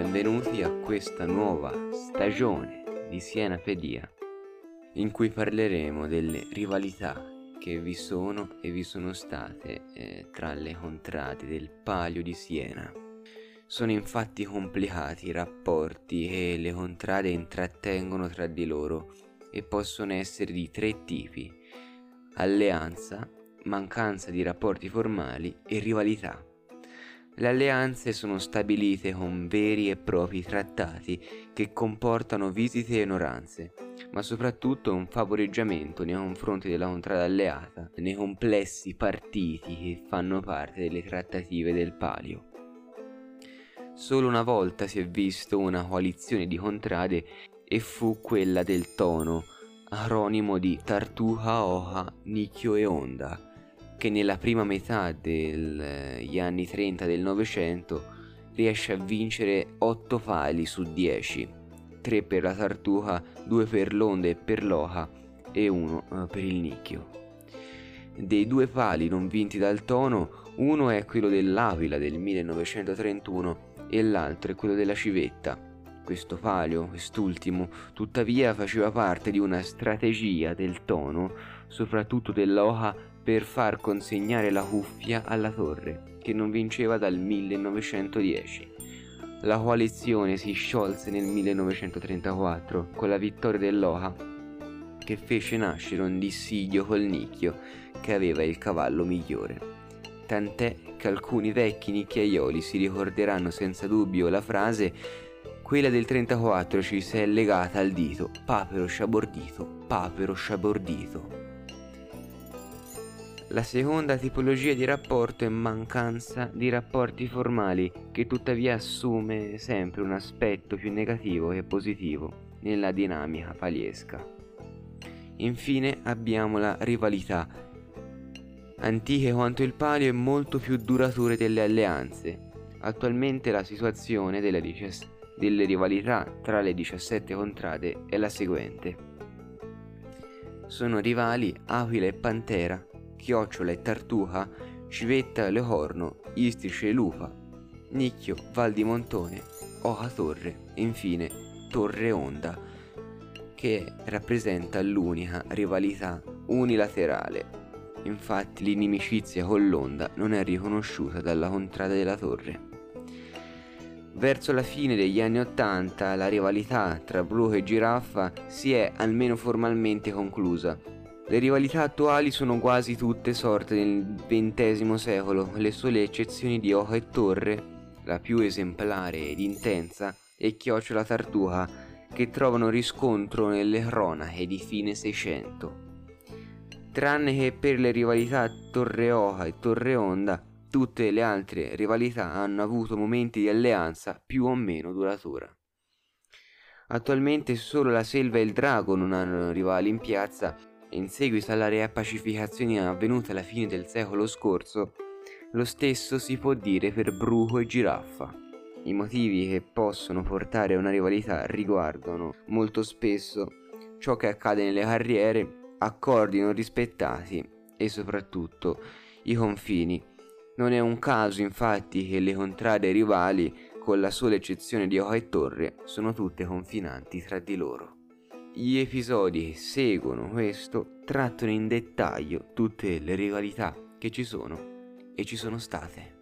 benvenuti a questa nuova stagione di Sienapedia, in cui parleremo delle rivalità che vi sono e vi sono state tra le contrade del Palio di Siena. Sono infatti complicati i rapporti che le contrade intrattengono tra di loro e possono essere di tre tipi: alleanza, mancanza di rapporti formali e rivalità. Le alleanze sono stabilite con veri e propri trattati che comportano visite e onoranze, ma soprattutto un favoreggiamento nei confronti della contrada alleata nei complessi partiti che fanno parte delle trattative del Palio. Solo una volta si è visto una coalizione di contrade e fu quella del Tono, acronimo di Tartuca, Oca, Nicchio e Onda, che nella prima metà degli anni 30 del Novecento riesce a vincere 8 pali su 10, 3 per la Tartuca, 2 per l'Onda e per l'Oca e 1 per il Nicchio. Dei 2 pali non vinti dal Tono, uno è quello dell'Aquila del 1931 e l'altro è quello della Civetta. Questo palio, quest'ultimo, tuttavia faceva parte di una strategia del Tono, soprattutto dell'Oca, per far consegnare la cuffia alla Torre, che non vinceva dal 1910. La coalizione si sciolse nel 1934 con la vittoria dell'Oca, che fece nascere un dissidio col Nicchio, che aveva il cavallo migliore. Tant'è che alcuni vecchi nicchiaioli si ricorderanno senza dubbio la frase: quella del 34 ci si è legata al dito, papero sciabordito, papero sciabordito. La seconda tipologia di rapporto è mancanza di rapporti formali, che tuttavia assume sempre un aspetto più negativo che positivo nella dinamica paliesca. Infine abbiamo la rivalità, antiche quanto il Palio e molto più durature delle alleanze. Attualmente la situazione delle rivalità tra le 17 contrade è la seguente. Sono rivali Aquila e Pantera, Chiocciola e Tartuca, Civetta e Lecorno, Istrice e Lupa, Nicchio, Val di Montone, Oca Torre e infine Torre Onda, che rappresenta l'unica rivalità unilaterale. Infatti l'inimicizia con l'Onda non è riconosciuta dalla contrada della Torre. Verso la fine degli anni '80 la rivalità tra Bruco e Giraffa si è almeno formalmente conclusa. Le rivalità attuali sono quasi tutte sorte nel XX secolo, con le sole eccezioni di Oca e Torre, la più esemplare ed intensa, e Chiocciola Tartuca, che trovano riscontro nelle cronache di fine Seicento. Tranne che per le rivalità Torre Oca e Torre Onda, tutte le altre rivalità hanno avuto momenti di alleanza più o meno duratura. Attualmente solo la Selva e il Drago non hanno rivali in piazza. In seguito alla riappacificazione avvenuta alla fine del secolo scorso, lo stesso si può dire per Bruco e Giraffa. I motivi che possono portare a una rivalità riguardano molto spesso ciò che accade nelle carriere, accordi non rispettati e soprattutto i confini. Non è un caso infatti che le contrade rivali, con la sola eccezione di Oca e Torre, sono tutte confinanti tra di loro. Gli episodi che seguono questo trattano in dettaglio tutte le rivalità che ci sono e ci sono state.